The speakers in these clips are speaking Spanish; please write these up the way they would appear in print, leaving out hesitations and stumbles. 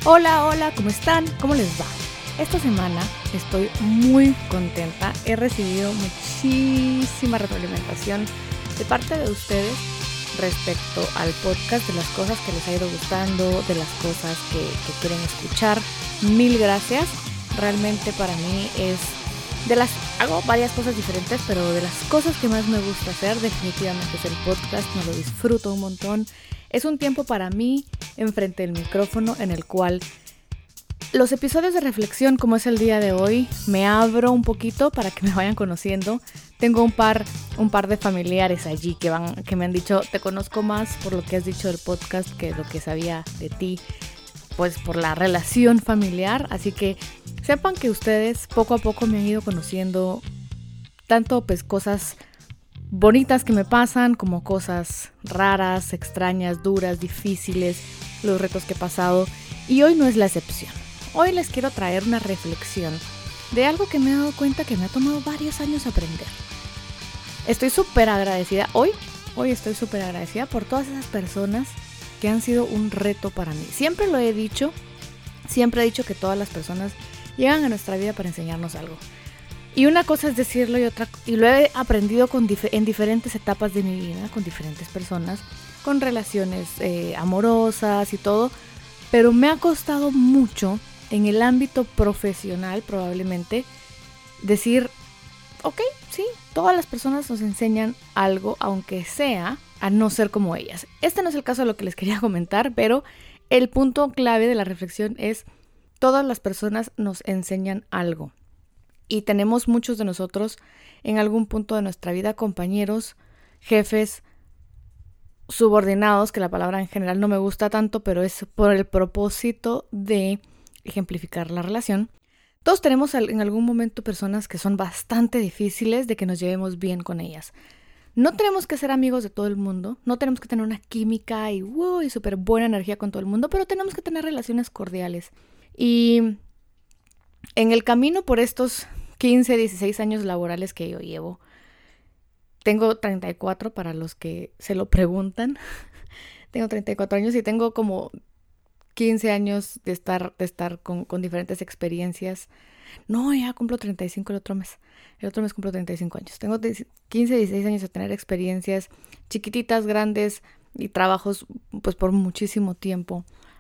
Hola, hola, ¿cómo están? ¿Cómo les va? Esta semana estoy muy contenta. He recibido muchísima retroalimentación de parte de ustedes respecto al podcast, de las cosas que les ha ido gustando, de las cosas que quieren escuchar. Mil gracias. Realmente para mí hago varias cosas diferentes, pero de las cosas que más me gusta hacer definitivamente es el podcast. Me lo disfruto un montón. Es un tiempo para mí enfrente del micrófono en el cual los episodios de reflexión, como es el día de hoy, me abro un poquito para que me vayan conociendo. Tengo un par de familiares allí que me han dicho, te conozco más por lo que has dicho del podcast que lo que sabía de ti, pues por la relación familiar. Así que sepan que ustedes poco a poco me han ido conociendo, tanto pues cosas bonitas que me pasan como cosas raras, extrañas, duras, difíciles, los retos que he pasado, y hoy no es la excepción. Hoy les quiero traer una reflexión de algo que me he dado cuenta que me ha tomado varios años aprender. Estoy súper agradecida, hoy estoy súper agradecida por todas esas personas que han sido un reto para mí. Siempre lo he dicho, siempre he dicho que todas las personas llegan a nuestra vida para enseñarnos algo. Y una cosa es decirlo y lo he aprendido en diferentes etapas de mi vida, con diferentes personas, con relaciones amorosas y todo, pero me ha costado mucho en el ámbito profesional probablemente decir, ok, sí, todas las personas nos enseñan algo, aunque sea a no ser como ellas. Este no es el caso de lo que les quería comentar, pero el punto clave de la reflexión es, todas las personas nos enseñan algo. Y tenemos muchos de nosotros en algún punto de nuestra vida compañeros, jefes, subordinados, que la palabra en general no me gusta tanto, pero es por el propósito de ejemplificar la relación. Todos tenemos en algún momento personas que son bastante difíciles de que nos llevemos bien con ellas. No tenemos que ser amigos de todo el mundo, no tenemos que tener una química y súper buena energía con todo el mundo, pero tenemos que tener relaciones cordiales. Y en el camino por estos 15, 16 años laborales que yo llevo, tengo 34 para los que se lo preguntan. Tengo 34 años y tengo como 15 años de estar con diferentes experiencias. No, ya cumplo 35 el otro mes. El otro mes cumplo 35 años. Tengo 15, 16 años de tener experiencias chiquititas, grandes y trabajos pues por muchísimo tiempo.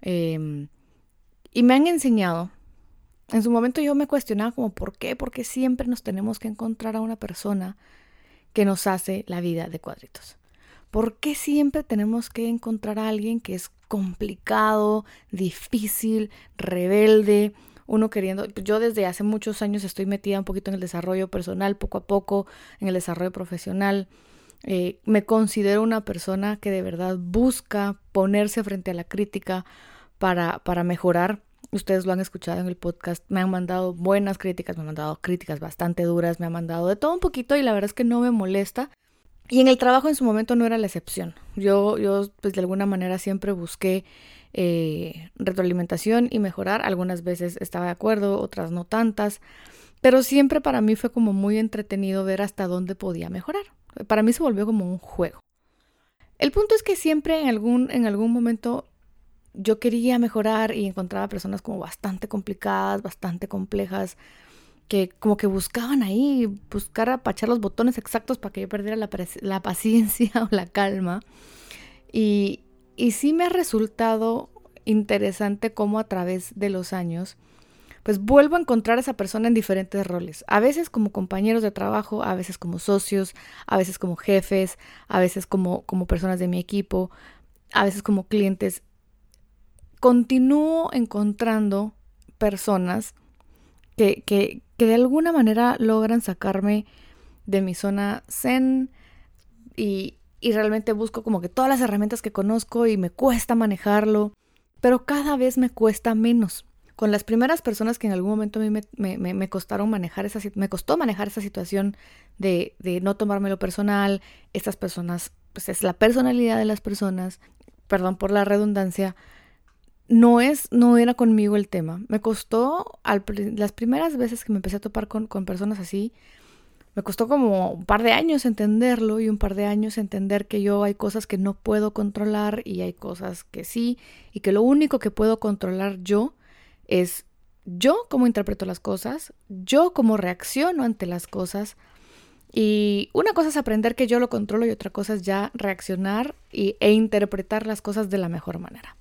Y me han enseñado. En su momento yo me cuestionaba como ¿por qué? Porque siempre nos tenemos que encontrar a una persona que nos hace la vida de cuadritos. ¿Por qué siempre tenemos que encontrar a alguien que es complicado, difícil, rebelde? Yo desde hace muchos años estoy metida un poquito en el desarrollo personal, poco a poco, en el desarrollo profesional. Me considero una persona que de verdad busca ponerse frente a la crítica para mejorar. Ustedes lo han escuchado en el podcast, me han mandado buenas críticas, me han mandado críticas bastante duras, me han mandado de todo un poquito y la verdad es que no me molesta. Y en el trabajo en su momento no era la excepción. Yo pues de alguna manera siempre busqué retroalimentación y mejorar. Algunas veces estaba de acuerdo, otras no tantas. Pero siempre para mí fue como muy entretenido ver hasta dónde podía mejorar. Para mí se volvió como un juego. El punto es que siempre en algún momento yo quería mejorar y encontraba personas como bastante complicadas, bastante complejas, que como que buscaban ahí, buscar apachar los botones exactos para que yo perdiera la paciencia o la calma. Y sí me ha resultado interesante cómo a través de los años, pues vuelvo a encontrar a esa persona en diferentes roles. A veces como compañeros de trabajo, a veces como socios, a veces como jefes, a veces como personas de mi equipo, a veces como clientes. Continúo encontrando personas que de alguna manera logran sacarme de mi zona zen y realmente busco como que todas las herramientas que conozco y me cuesta manejarlo, pero cada vez me cuesta menos. Con las primeras personas que en algún momento a mí me costó manejar esa situación de no tomármelo personal, estas personas, pues es la personalidad de las personas, perdón por la redundancia. No era conmigo el tema. Me costó las primeras veces que me empecé a topar con personas así, Me costó como un par de años entenderlo y un par de años entender que yo hay cosas que no puedo controlar y hay cosas que sí, y que lo único que puedo controlar yo es yo cómo interpreto las cosas, yo cómo reacciono ante las cosas. Y una cosa es aprender que yo lo controlo y otra cosa es ya reaccionar e interpretar las cosas de la mejor manera.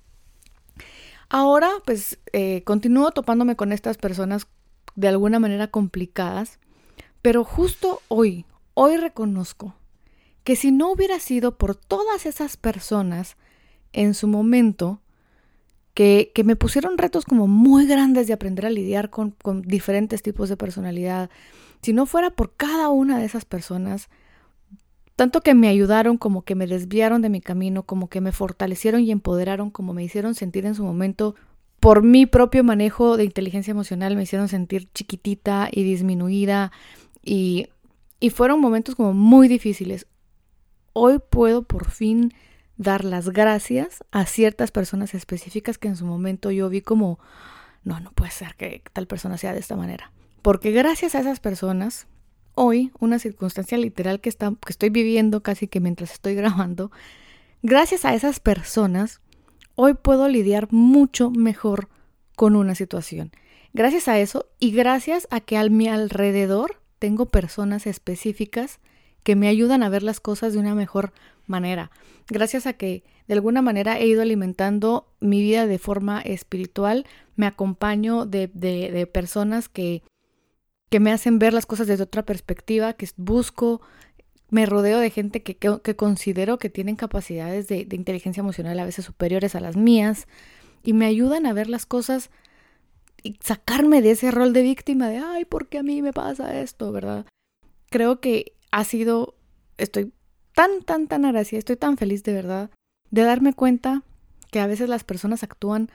Ahora pues continúo topándome con estas personas de alguna manera complicadas, pero justo hoy reconozco que si no hubiera sido por todas esas personas en su momento que me pusieron retos como muy grandes de aprender a lidiar con diferentes tipos de personalidad, si no fuera por cada una de esas personas, tanto que me ayudaron como que me desviaron de mi camino, como que me fortalecieron y empoderaron, como me hicieron sentir en su momento, por mi propio manejo de inteligencia emocional, me hicieron sentir chiquitita y disminuida y fueron momentos como muy difíciles. Hoy puedo por fin dar las gracias a ciertas personas específicas que en su momento yo vi como, no puede ser que tal persona sea de esta manera. Porque gracias a esas personas, hoy, una circunstancia literal que estoy viviendo casi que mientras estoy grabando, gracias a esas personas, hoy puedo lidiar mucho mejor con una situación. Gracias a eso y gracias a que a mi alrededor tengo personas específicas que me ayudan a ver las cosas de una mejor manera. Gracias a que de alguna manera he ido alimentando mi vida de forma espiritual, me acompaño de personas que me hacen ver las cosas desde otra perspectiva, que busco, me rodeo de gente que considero que tienen capacidades de inteligencia emocional a veces superiores a las mías y me ayudan a ver las cosas y sacarme de ese rol de víctima de, ay, ¿por qué a mí me pasa esto?, ¿verdad? Creo que estoy tan agradecida, estoy tan feliz de verdad de darme cuenta que a veces las personas actúan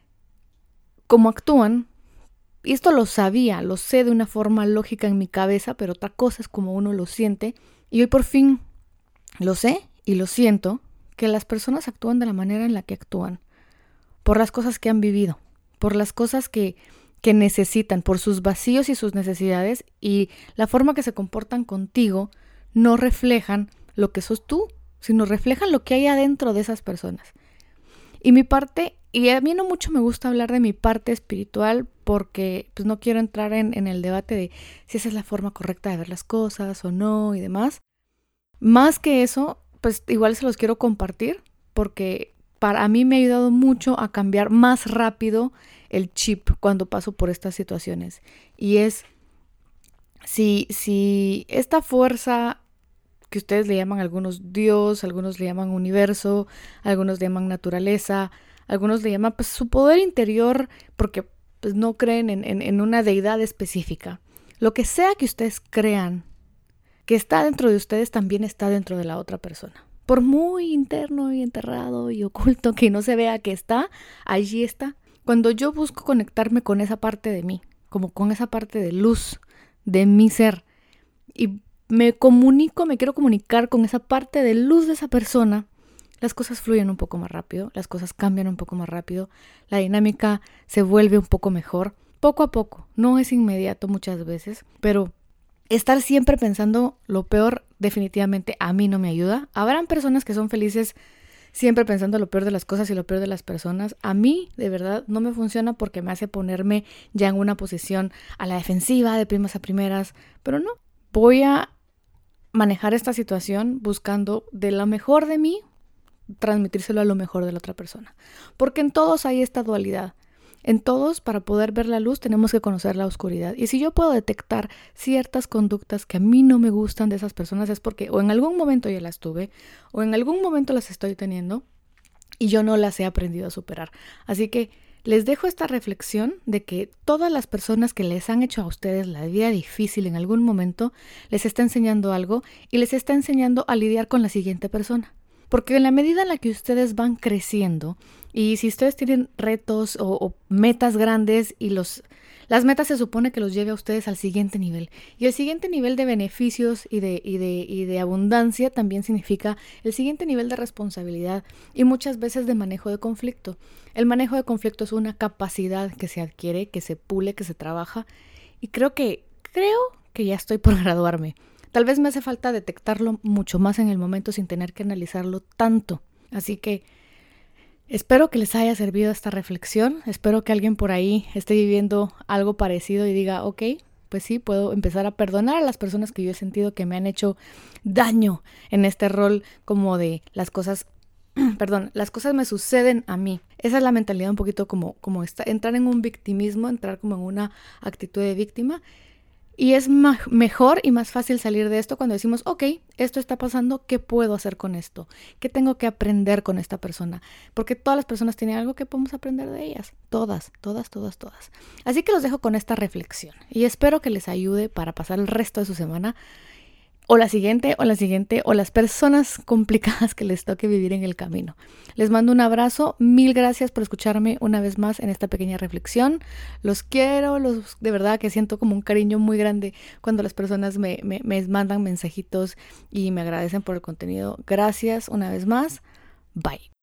como actúan. Y esto lo sé de una forma lógica en mi cabeza, pero otra cosa es como uno lo siente. Y hoy por fin lo sé y lo siento, que las personas actúan de la manera en la que actúan, por las cosas que han vivido, por las cosas que necesitan, por sus vacíos y sus necesidades, y la forma que se comportan contigo no reflejan lo que sos tú, sino reflejan lo que hay adentro de esas personas. Y mi parte, y a mí no mucho me gusta hablar de mi parte espiritual porque pues no quiero entrar en el debate de si esa es la forma correcta de ver las cosas o no y demás. Más que eso, pues igual se los quiero compartir porque para mí me ha ayudado mucho a cambiar más rápido el chip cuando paso por estas situaciones. Y es, si esta fuerza que ustedes le llaman algunos Dios, algunos le llaman universo, algunos le llaman naturaleza, algunos le llaman pues su poder interior porque pues no creen en una deidad específica. Lo que sea que ustedes crean que está dentro de ustedes también está dentro de la otra persona. Por muy interno y enterrado y oculto que no se vea que está, allí está. Cuando yo busco conectarme con esa parte de mí, como con esa parte de luz de mi ser, y me quiero comunicar con esa parte de luz de esa persona, las cosas fluyen un poco más rápido, las cosas cambian un poco más rápido, la dinámica se vuelve un poco mejor, poco a poco, no es inmediato muchas veces, pero estar siempre pensando lo peor definitivamente a mí no me ayuda. Habrán personas que son felices siempre pensando lo peor de las cosas y lo peor de las personas. A mí, de verdad, no me funciona porque me hace ponerme ya en una posición a la defensiva, de primas a primeras, pero no. Voy a manejar esta situación buscando de lo mejor de mí, transmitírselo a lo mejor de la otra persona. Porque en todos hay esta dualidad. En todos, para poder ver la luz, tenemos que conocer la oscuridad. Y si yo puedo detectar ciertas conductas que a mí no me gustan de esas personas, es porque o en algún momento ya las tuve, o en algún momento las estoy teniendo, y yo no las he aprendido a superar. Así que les dejo esta reflexión de que todas las personas que les han hecho a ustedes la vida difícil en algún momento, les está enseñando algo y les está enseñando a lidiar con la siguiente persona. Porque en la medida en la que ustedes van creciendo y si ustedes tienen retos o metas grandes y las metas se supone que los lleve a ustedes al siguiente nivel. Y el siguiente nivel de beneficios y de abundancia también significa el siguiente nivel de responsabilidad y muchas veces de manejo de conflicto. El manejo de conflicto es una capacidad que se adquiere, que se pule, que se trabaja y creo que que ya estoy por graduarme. Tal vez me hace falta detectarlo mucho más en el momento sin tener que analizarlo tanto. Así que espero que les haya servido esta reflexión. Espero que alguien por ahí esté viviendo algo parecido y diga, ok, pues sí, puedo empezar a perdonar a las personas que yo he sentido que me han hecho daño en este rol como de las cosas, las cosas me suceden a mí. Esa es la mentalidad un poquito como entrar en un victimismo, entrar como en una actitud de víctima. Y es mejor y más fácil salir de esto cuando decimos, ok, esto está pasando, ¿qué puedo hacer con esto? ¿Qué tengo que aprender con esta persona? Porque todas las personas tienen algo que podemos aprender de ellas. Todas. Así que los dejo con esta reflexión y espero que les ayude para pasar el resto de su semana o la siguiente, o las personas complicadas que les toque vivir en el camino. Les mando un abrazo, 1000 gracias por escucharme una vez más en esta pequeña reflexión. Los quiero, de verdad que siento como un cariño muy grande cuando las personas me mandan mensajitos y me agradecen por el contenido. Gracias una vez más, bye.